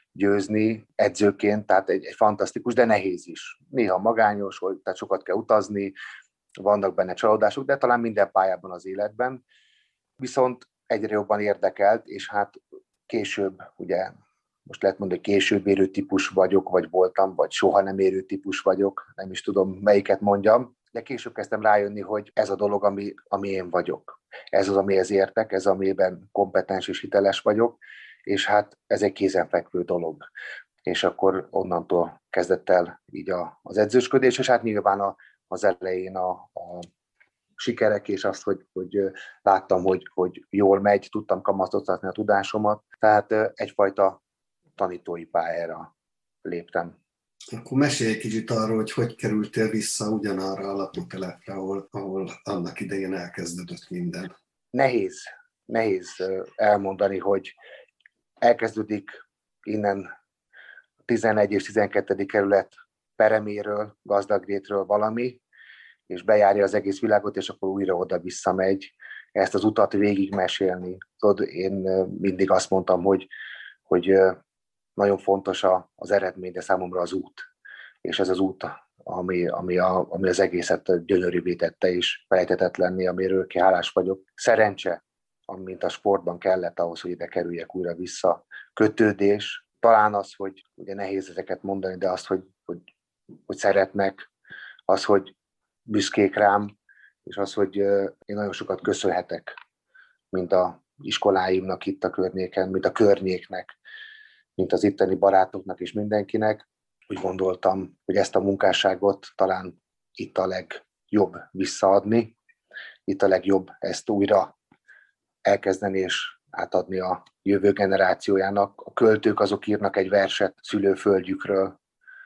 győzni edzőként, tehát egy, egy fantasztikus, de nehéz is. Néha magányos, hogy tehát sokat kell utazni, vannak benne csalódások, de talán minden pályában az életben. Viszont egyre jobban érdekelt, és hát később, ugye most lehet mondani, hogy később érő típus vagyok, vagy voltam, vagy soha nem érő típus vagyok, nem is tudom, melyiket mondjam, de később kezdtem rájönni, hogy ez a dolog, ami, ami én vagyok. Ez az, amihez értek, ez amiben kompetens és hiteles vagyok, és hát ez egy kézenfekvő dolog. És akkor onnantól kezdett el így a, az edzősködés, és hát nyilván a, az elején a, a sikerek, és azt, hogy, hogy láttam, hogy, hogy jól megy, tudtam kamatoztatni a tudásomat, tehát egyfajta tanítói pályára léptem. Akkor mesélj egy kicsit arról, hogy hogy kerültél vissza ugyanarra a lakótelepre, ahol, ahol annak idején elkezdődött minden. Nehéz, nehéz elmondani, hogy elkezdődik innen tizenegy és tizenkettedik kerület pereméről, Gazdagrétről valami, és bejárja az egész világot, és akkor újra oda visszamegy, ezt az utat végigmesélni. Tudod, én mindig azt mondtam, hogy, hogy nagyon fontos az eredmény, de számomra az út. És ez az út, ami, ami, a, ami az egészet gyönyörűvé tette, és felejthetetlenné, amiről ki hálás vagyok. Szerencse, amint a sportban kellett ahhoz, hogy ide kerüljek újra vissza. Kötődés, talán az, hogy ugye nehéz ezeket mondani, de azt, hogy, hogy, hogy szeretnek, az, hogy büszkék rám, és az, hogy én nagyon sokat köszönhetek, mint a iskoláimnak itt a környéken, mint a környéknek, mint az itteni barátoknak és mindenkinek. Úgy gondoltam, hogy ezt a munkásságot talán itt a legjobb visszaadni, itt a legjobb ezt újra elkezdeni és átadni a jövő generációjának. A költők azok írnak egy verset szülőföldjükről,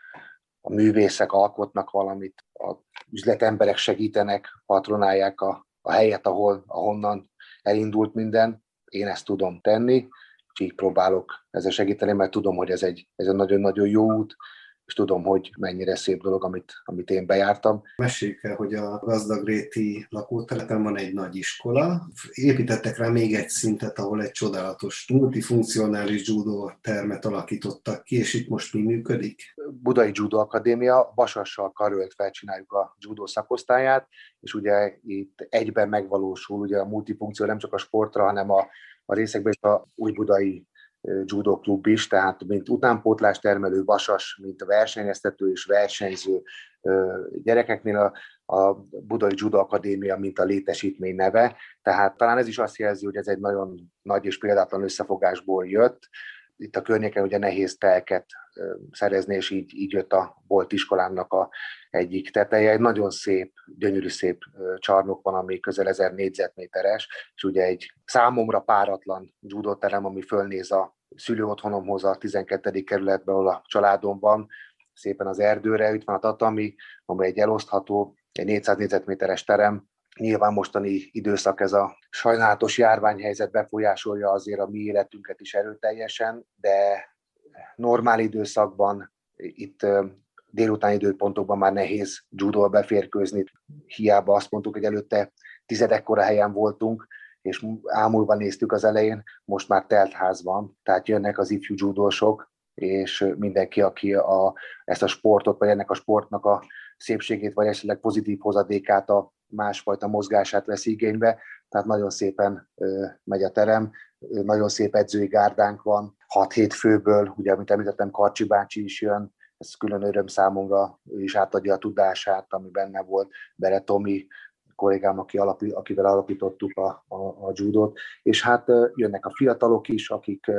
a művészek alkotnak valamit, a üzletemberek segítenek, patronálják a, a helyet, ahol, ahonnan elindult minden. Én ezt tudom tenni, és így próbálok ezzel segíteni, mert tudom, hogy ez egy, ez egy nagyon-nagyon jó út, és tudom, hogy mennyire szép dolog, amit, amit én bejártam. Meséljük el, hogy a gazdagréti lakótelepen van egy nagy iskola. Építettek rá még egy szintet, ahol egy csodálatos multifunkcionális judo termet alakítottak ki, és itt most mi működik? Budai Judo Akadémia, Vasassal karöltve csináljuk a judo szakosztályát, és ugye itt egyben megvalósul ugye a multifunkció nem csak a sportra, hanem a, a részekben is a új budai judo klub is, tehát mint utánpótlás termelő Vasas, mint a versenyeztető és versenyző gyerekeknél a, a Budai Judo Akadémia, mint a létesítmény neve. Tehát talán ez is azt jelzi, hogy ez egy nagyon nagy és példátlan összefogásból jött. Itt a környéken ugye nehéz telket szerezni, és így, így jött a volt iskolának a egyik teteje. Egy nagyon szép, gyönyörű szép csarnok van, ami közel ezer négyzetméteres, és ugye egy számomra páratlan judóterem, ami fölnéz a szülőotthonomhoz, a tizenkettedik kerületbe, ahol a családom van, szépen az erdőre. Itt van a tatami, amely egy elosztható, egy négyszáz négyzetméteres terem. Nyilván mostani időszak ez a sajnálatos járványhelyzet befolyásolja azért a mi életünket is erőteljesen, de normál időszakban itt délutáni időpontokban már nehéz judóval beférkőzni. Hiába azt mondtuk, hogy előtte tizedekkora helyen voltunk, és ámulva néztük az elején, most már telt ház van, tehát jönnek az ifjú judósok, és mindenki, aki a, ezt a sportot, vagy ennek a sportnak a szépségét, vagy esetleg pozitív hozadékát, a másfajta mozgását vesz igénybe, tehát nagyon szépen ö, megy a terem, ö, nagyon szép edzői gárdánk van, hat-hét főből, ugye, amit említettem, Karcsi bácsi is jön, ez külön öröm számomra, ő is átadja a tudását, ami benne volt, Bere Tomi, kollégám, aki alapi, akivel alapítottuk a, a, a judót, és hát ö, jönnek a fiatalok is, akik ö,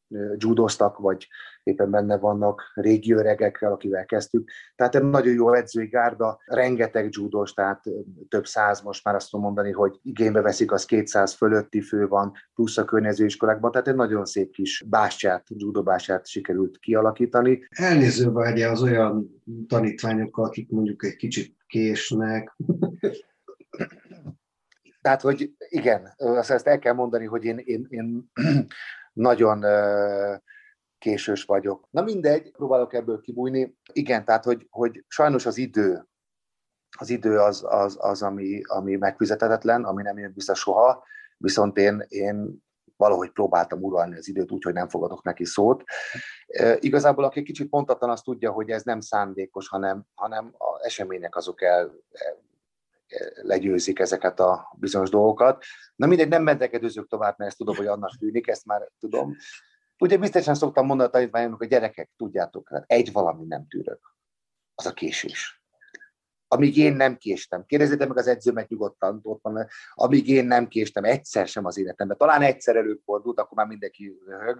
judoztak, vagy éppen benne vannak régi öregekkel, akivel kezdtük. Tehát egy nagyon jó edzői gárda, rengeteg judós, tehát több száz, most már azt tudom mondani, hogy igénybe veszik, az kétszáz fölötti fő van, plusz a környező iskolákban, tehát egy nagyon szép kis bástyát, judo bástyát sikerült kialakítani. Elnéző vagy az olyan tanítványokkal, akik mondjuk egy kicsit késnek. Tehát, hogy igen, azt ezt el kell mondani, hogy én, én, én nagyon késős vagyok. Na mindegy, próbálok ebből kibújni. Igen, tehát, hogy, hogy sajnos az idő, az idő az, az, az ami, ami megfizethetetlen, ami nem jön vissza soha, viszont én, én valahogy próbáltam uralni az időt úgy, hogy nem fogadok neki szót. E, igazából, aki kicsit pontatlan, az tudja, hogy ez nem szándékos, hanem, hanem az események azok el, el legyőzik ezeket a bizonyos dolgokat. Na mindegy, nem mentekedőzök tovább, mert ezt tudom, hogy annak tűnik, ezt már tudom. Ugye biztosan szoktam mondani a tanítványoknak, hogy gyerekek, tudjátok, hát egy valami nem tűrök, az a késés. Amíg én nem késtem, kérdezzétek meg az edzőmet nyugodtan, ott van, amíg én nem késtem egyszer sem az életemben, talán egyszer előfordult, akkor már mindenki röhög.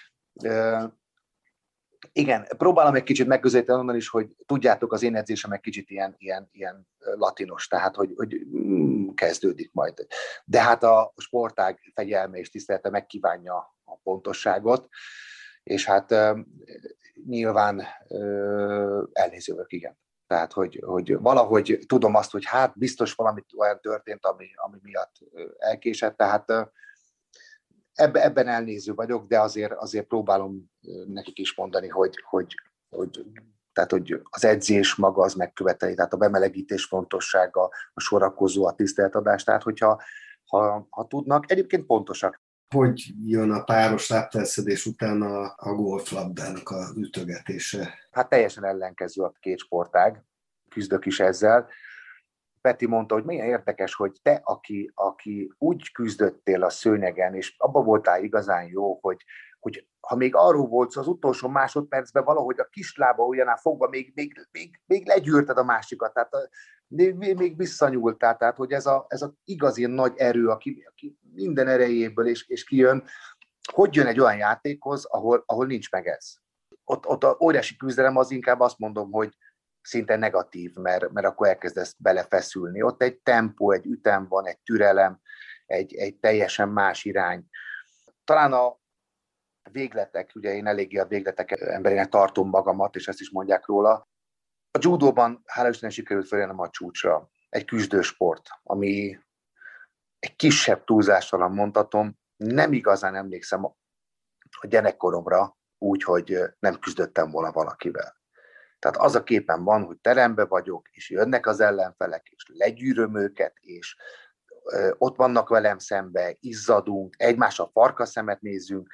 Igen, próbálom egy kicsit megközelíteni onnan is, hogy tudjátok, az én edzésem egy kicsit ilyen, ilyen, ilyen latinos, tehát hogy, hogy mm, kezdődik majd. De hát a sportág fegyelme és tisztelete megkívánja a pontosságot, és hát uh, nyilván uh, elnézővök, igen. Tehát, hogy, hogy valahogy tudom azt, hogy hát biztos valami olyan történt, ami, ami miatt elkésett, tehát uh, Ebben, ebben elnéző vagyok, de azért, azért próbálom nekik is mondani, hogy, hogy, hogy, tehát, hogy az edzés maga az megköveteli, tehát a bemelegítés fontossága, a sorakozó, a tiszteletadás, tehát hogyha ha, ha tudnak, egyébként pontosak. Hogy jön a páros lábtelszedés után a, a golflabdának az ütögetése? Hát teljesen ellenkező a két sportág, küzdök is ezzel. Peti mondta, hogy milyen érdekes, hogy te, aki, aki úgy küzdöttél a szőnyegen, és abban voltál igazán jó, hogy, hogy ha még arról volt az utolsó másodpercben valahogy a kislába olyanál fogva, még, még, még, még legyűrted a másikat, tehát a, még, még visszanyúltál, tehát hogy ez a, ez a igazi nagy erő, aki, aki minden erejéből és, és kijön, hogy jön egy olyan játékhoz, ahol, ahol nincs meg ez. Ott, ott a óriási küzdelem az inkább azt mondom, hogy szinte negatív, mert, mert akkor elkezdesz belefeszülni. Ott egy tempó, egy ütem van, egy türelem, egy, egy teljesen más irány. Talán a végletek, ugye én eléggé a végletek emberének tartom magamat, és ezt is mondják róla. A judóban, hála Istennek, sikerült felérnem a csúcsra. Egy küzdősport, ami egy kisebb túlzással mondhatom, nem igazán emlékszem a gyerekkoromra úgy, hogy nem küzdöttem volna valakivel. Tehát az a képen van, hogy teremben vagyok, és jönnek az ellenfelek, és legyűröm őket, és ö, ott vannak velem szembe, izzadunk, egymásra farkaszemet nézzünk,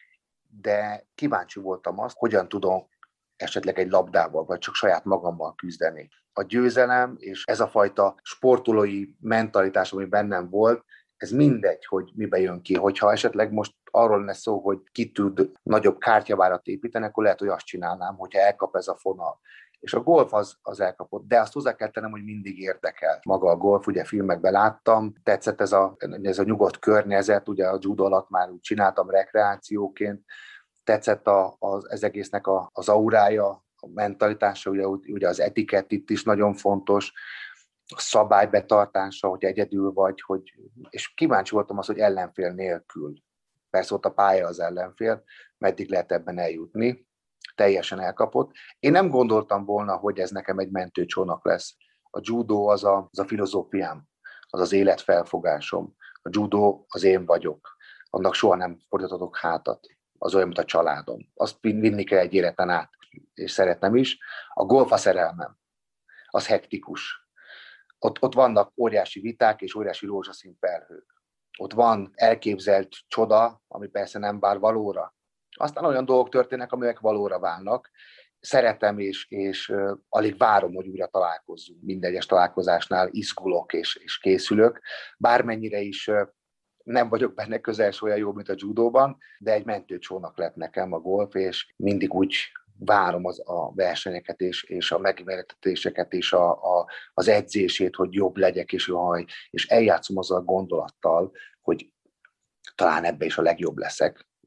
de kíváncsi voltam azt, hogyan tudom esetleg egy labdával, vagy csak saját magammal küzdeni. A győzelem és ez a fajta sportolói mentalitás, ami bennem volt, ez mindegy, hogy mibe jön ki. Hogyha esetleg most arról lenne szó, hogy ki tud nagyobb kártyavárat építeni, akkor lehet, hogy azt csinálnám, hogyha elkap ez a fonal. És a golf az, az elkapott, de azt hozzá kell tennem, hogy mindig érdekel. Maga a golf, ugye filmekben láttam, tetszett ez a, ez a nyugodt környezet, ugye a judo alatt már úgy csináltam rekreációként, tetszett a, az, ez egésznek a, az aurája, a mentalitása, ugye, ugye az etikett itt is nagyon fontos, a szabály betartása, hogy egyedül vagy, hogy, és kíváncsi voltam az, hogy ellenfél nélkül. Persze ott a pálya az ellenfél, meddig lehet ebben eljutni, teljesen elkapott. Én nem gondoltam volna, hogy ez nekem egy mentőcsónak lesz. A judo az a, az a filozófiám, az az életfelfogásom. A judo az én vagyok. Annak soha nem fordíthatok hátat. Az olyan, mint a családom. Azt vinni kell egy életen át, és szeretem is. A golf a szerelmem. Az hektikus. Ott, ott vannak óriási viták és óriási rózsaszín felhők. Ott van elképzelt csoda, ami persze nem vár valóra. Aztán olyan dolgok történnek, amelyek valóra válnak. Szeretem és, és uh, alig várom, hogy újra találkozzunk. Minden egyes találkozásnál izgulok és, és készülök. Bármennyire is uh, nem vagyok benne közel olyan jó, mint a judóban, de egy mentőcsónak lett nekem a golf, és mindig úgy várom az, a versenyeket és, és a megveretéseket és a, a, az edzését, hogy jobb legyek, és, jaj, és eljátszom azzal a gondolattal, hogy talán ebbe is a legjobb leszek.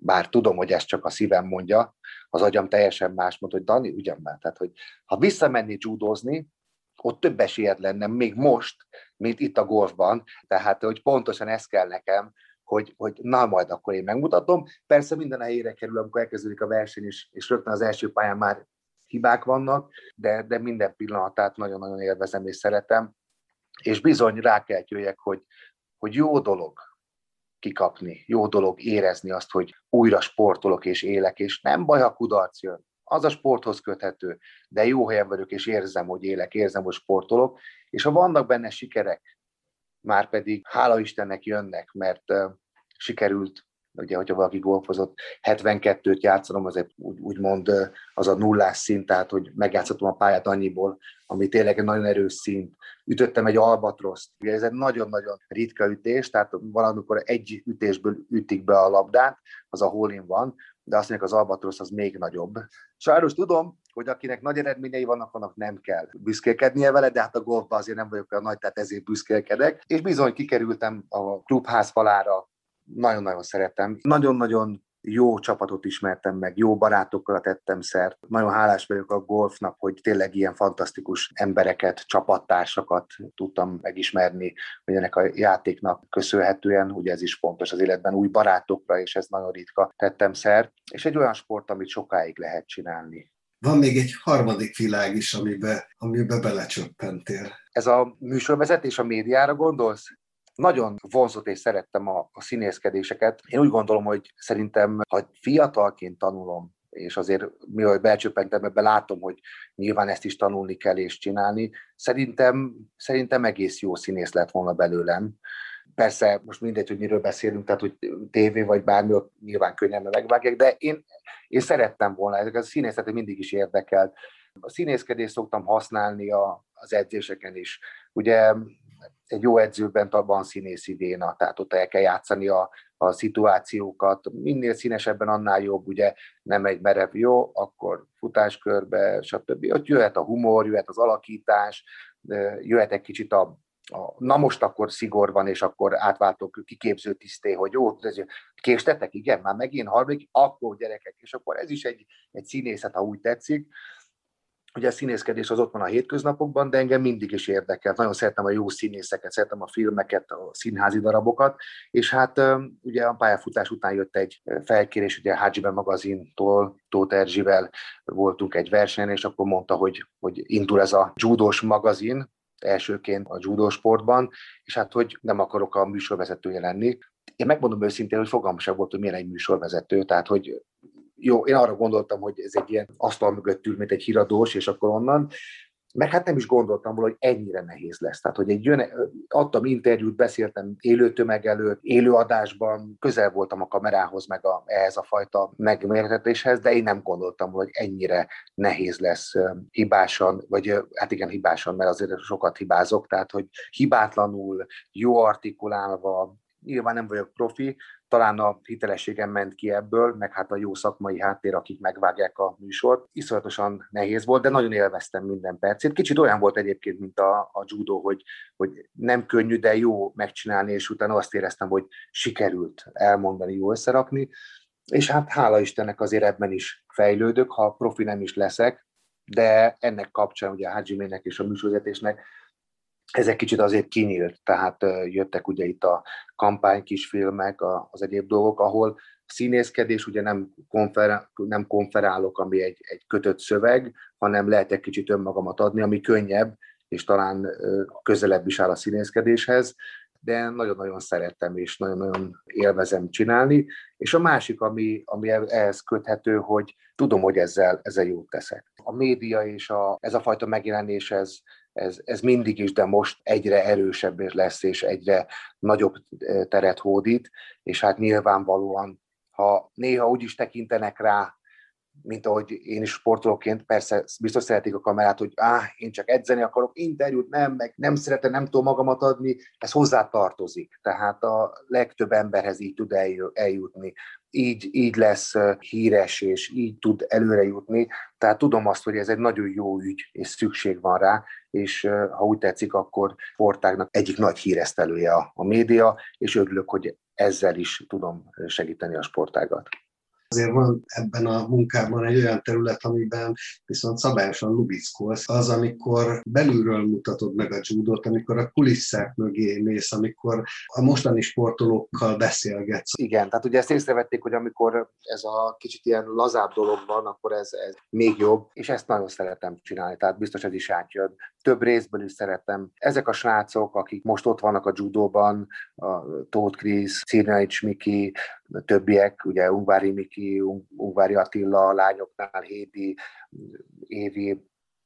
bár tudom, hogy ezt csak a szívem mondja, az agyam teljesen más mond, hogy Dani, ugyan már, tehát, hogy ha visszamenni judózni, ott több esélyed lenne még most, mint itt a golfban, tehát, hogy pontosan ez kell nekem, hogy, hogy na, majd akkor én megmutatom. Persze minden helyére kerül, amikor elkezdődik a verseny, és, és rögtön az első pályán már hibák vannak, de, de minden pillanatát nagyon-nagyon élvezem és szeretem, és bizony rá kell jöjjek, hogy, hogy jó dolog kikapni, jó dolog érezni azt, hogy újra sportolok és élek, és nem baj, ha kudarc jön. Az a sporthoz köthető, de jó helyen vagyok, és érzem, hogy élek, érzem, hogy sportolok, és ha vannak benne sikerek, már pedig hála Istennek jönnek, mert uh, sikerült, ugye, hogyha valaki golfozott, hetvenkettőt játszanom, azért úgy, úgymond uh, az a nullás szint, tehát hogy megjátszottam a pályát annyiból, ami tényleg egy nagyon erős szint. Ütöttem egy albatroszt, ugye ez egy nagyon-nagyon ritka ütés, tehát valamikor egy ütésből ütik be a labdát, az a hole-in van, de azt mondják, az albatrosz az még nagyobb. Sajnos tudom, hogy akinek nagy eredményei vannak, annak nem kell büszkélkednie vele, de hát a golfban azért nem vagyok olyan nagy, tehát ezért büszkélkedek. És bizony kikerültem a klubház falára, nagyon-nagyon szeretem. Nagyon-nagyon jó csapatot ismertem meg, jó barátokkal tettem szert. Nagyon hálás vagyok a golfnak, hogy tényleg ilyen fantasztikus embereket, csapattársakat tudtam megismerni, hogy ennek a játéknak köszönhetően, ugye ez is fontos az életben, új barátokra, és ez nagyon ritka, tettem szert. És egy olyan sport, amit sokáig lehet csinálni. Van még egy harmadik világ is, amiben amibe belecsöppentél. Ez a műsorvezetés, a médiára gondolsz? Nagyon vonzott és szerettem a, a színészkedéseket. Én úgy gondolom, hogy szerintem, ha fiatalként tanulom, és azért mivel belcsöppentem, ebben látom, hogy nyilván ezt is tanulni kell és csinálni, szerintem, szerintem egész jó színész lett volna belőlem. Persze most mindegy, hogy miről beszélünk, tehát hogy tévé vagy bármi, ott nyilván könnyen megvágják, de én, én szerettem volna, ezek a színészet mindig is érdekelt. A színészkedést szoktam használni a, az edzéseken is. Ugye egy jó edzőben van színészi véna, tehát ott el kell játszani a, a szituációkat, minél színesebben, annál jobb, ugye nem egy merev jó, akkor futáskörbe, stb. Ott jöhet a humor, jöhet az alakítás, jöhet egy kicsit a, a na most akkor szigor van, és akkor átváltok kiképző tiszté, hogy jó, késtetek, igen, már megint harmadik, akkor gyerekek, és akkor ez is egy, egy színészet, ha úgy tetszik. Ugye a színészkedés az ott van a hétköznapokban, de engem mindig is érdekelt. Nagyon szeretem a jó színészeket, szeretem a filmeket, a színházi darabokat, és hát ugye a pályafutás után jött egy felkérés, ugye a há gé bé magazintól, Tóth Erzsivel voltunk egy versenyen, és akkor mondta, hogy, hogy indul ez a judós magazin, elsőként a judó sportban, és hát, hogy nem akarok a műsorvezetője lenni. Én megmondom őszintén, hogy fogalmam sem volt, hogy milyen egy műsorvezető, tehát, hogy jó, én arra gondoltam, hogy ez egy ilyen asztal mögött ül, mint egy híradós, és akkor onnan, meg hát nem is gondoltam volna, hogy ennyire nehéz lesz. Tehát, hogy egy jön, adtam interjút, beszéltem élő tömeg előtt, élő adásban, közel voltam a kamerához, meg a, ehhez a fajta megmértetéshez, de én nem gondoltam volna, hogy ennyire nehéz lesz hibásan, vagy hát igen, hibásan, mert azért sokat hibázok, tehát, hogy hibátlanul, jó artikulálva, nyilván nem vagyok profi, talán a hitelességem ment ki ebből, meg hát a jó szakmai háttér, akik megvágják a műsort. Iszonyatosan nehéz volt, de nagyon élveztem minden percét. Kicsit olyan volt egyébként, mint a, a judo, hogy, hogy nem könnyű, de jó megcsinálni, és utána azt éreztem, hogy sikerült elmondani, jó összerakni. És hát hála Istennek azért ebben is fejlődök, ha profi nem is leszek, de ennek kapcsán ugye a há gé bének és a műsorvezetésnek ezek kicsit azért kinyílt, tehát jöttek ugye itt a kampánykisfilmek, az egyéb dolgok, ahol színészkedés, ugye nem, konfer, nem konferálok, ami egy, egy kötött szöveg, hanem lehet egy kicsit önmagamat adni, ami könnyebb, és talán közelebb is áll a színészkedéshez, de nagyon-nagyon szeretem, és nagyon-nagyon élvezem csinálni. És a másik, ami, ami ehhez köthető, hogy tudom, hogy ezzel, ezzel jót teszek. A média és a, ez a fajta megjelenés, ez, ez, ez mindig is, de most egyre erősebb lesz, és egyre nagyobb teret hódít, és hát nyilvánvalóan, ha néha úgy is tekintenek rá, mint ahogy én is sportolóként, persze biztos szeretik a kamerát, hogy áh, én csak edzeni akarok, interjút nem, meg nem szeretem, nem tudom magamat adni, ez hozzá tartozik. Tehát a legtöbb emberhez így tud eljutni. Így, így lesz híres, és így tud előre jutni. Tehát tudom azt, hogy ez egy nagyon jó ügy, és szükség van rá, és ha úgy tetszik, akkor sportágnak egyik nagy híresztelője a, a média, és örülök, hogy ezzel is tudom segíteni a sportágat. Azért van ebben a munkában egy olyan terület, amiben viszont szabályosan lubickolsz, az, amikor belülről mutatod meg a judót, amikor a kulisszák mögé mész, amikor a mostani sportolókkal beszélgetsz. Igen, tehát ugye ezt észrevették, hogy amikor ez a kicsit ilyen lazább dolog van, akkor ez, ez még jobb, és ezt nagyon szeretem csinálni, tehát biztos ez is átjön. Több részből is szeretem. Ezek a srácok, akik most ott vannak a judóban, a Tóth Krisz, Cirnaics Miki, többiek, ugye Ungvári Miki, Ungvári Attila, a lányoknál Hédi, Évi,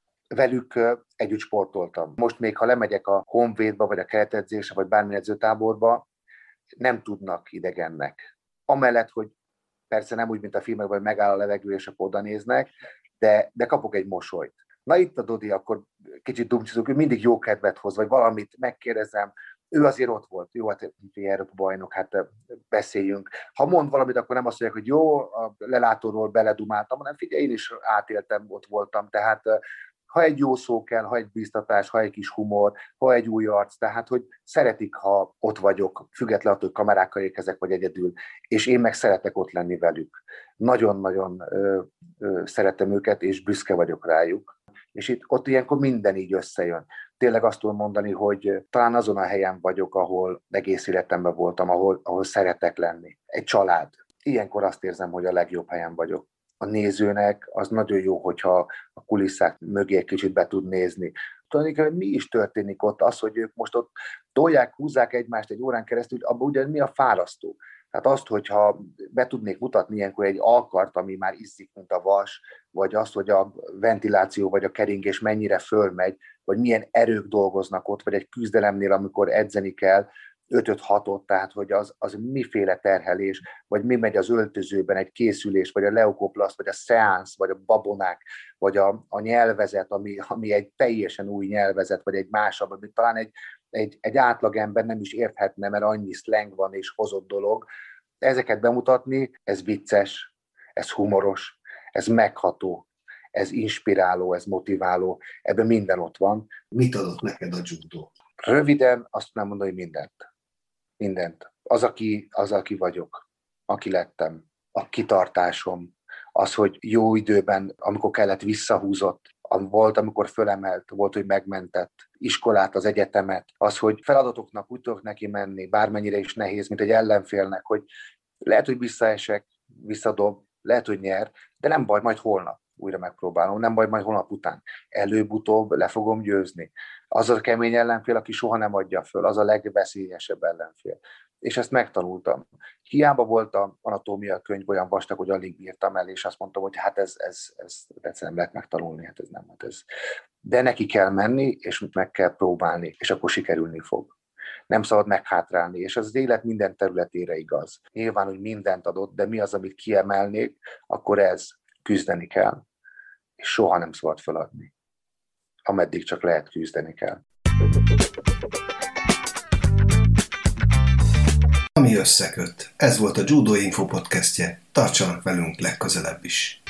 velük együtt sportoltam. Most még, ha lemegyek a Honvédba, vagy a keretedzésre, vagy bármilyen edzőtáborba, nem tudnak idegennek. Amellett, hogy persze nem úgy, mint a filmekben, hogy megáll a levegő, és akkor oda néznek, de, de kapok egy mosolyt. Na itt a Dodi, akkor kicsit dumcsizunk, ő mindig jó kedvet hoz, vagy valamit megkérdezem, ő azért ott volt, jó, hát Európa bajnok, hát beszéljünk. Ha mond valamit, akkor nem azt mondják, hogy jó, a lelátóról beledumáltam, hanem figyelj, én is átéltem, ott voltam, tehát ha egy jó szó kell, ha egy bíztatás, ha egy kis humor, ha egy új arc, tehát hogy szeretik, ha ott vagyok, függetlenül attól, hogy kamerákkal érkezek, vagy egyedül, és én meg szeretek ott lenni velük. Nagyon-nagyon ö, ö, szeretem őket, és büszke vagyok rájuk. És itt ott ilyenkor minden így összejön. Tényleg azt tudom mondani, hogy talán azon a helyen vagyok, ahol egész életemben voltam, ahol, ahol szeretek lenni. Egy család. Ilyenkor azt érzem, hogy a legjobb helyen vagyok. A nézőnek az nagyon jó, hogyha a kulisszák mögé egy kicsit be tud nézni. Tulajdonképpen mi is történik ott, az, hogy ők most ott tolják, húzzák egymást egy órán keresztül, abban ugye mi a fárasztó. Tehát azt, hogyha be tudnék mutatni ilyenkor egy alkart, ami már iszik, mint a vas, vagy azt, hogy a ventiláció vagy a keringés mennyire fölmegy, vagy milyen erők dolgoznak ott, vagy egy küzdelemnél, amikor edzeni kell, öt-öt-hatot, tehát hogy az, az miféle terhelés, vagy mi megy az öltözőben, egy készülés, vagy a leukoplaszt, vagy a szeánsz, vagy a babonák, vagy a, a nyelvezet, ami, ami egy teljesen új nyelvezet, vagy egy másabb, amit talán egy, egy, egy átlagember nem is érthetne, mert annyi szleng van és hozott dolog. Ezeket bemutatni, ez vicces, ez humoros, ez megható, ez inspiráló, ez motiváló, ebben minden ott van. Mit adott neked a judó? Röviden azt tudnám mondani, hogy mindent. Mindent. Az, aki, az, aki vagyok, aki lettem, a kitartásom, az, hogy jó időben, amikor kellett, visszahúzott, volt, amikor fölemelt, volt, hogy megmentett, iskolát, az egyetemet, az, hogy feladatoknak úgy tudok neki menni, bármennyire is nehéz, mint egy ellenfélnek, hogy lehet, hogy visszaesek, visszadob, lehet, hogy nyer, de nem baj, majd holnap újra megpróbálom, nem baj, majd holnap után. Előbb-utóbb le fogom győzni. Az a kemény ellenfél, aki soha nem adja föl, az a legveszélyesebb ellenfél. És ezt megtanultam. Hiába volt a anatómia könyv olyan vastag, hogy alig bírtam el, és azt mondtam, hogy hát ez, ez, ez, ez nem lehet megtanulni, hát ez nem. Hát ez. De neki kell menni, és meg kell próbálni, és akkor sikerülni fog. Nem szabad meghátrálni, és az, az élet minden területére igaz. Nyilván, hogy mindent adott, de mi az, amit kiemelnék, akkor ez, küzdeni kell, és soha nem szabad feladni. Ameddig csak lehet, küzdeni kell. Ami összeköt. Ez volt a Judo Info podcastje. Tartsanak velünk legközelebb is.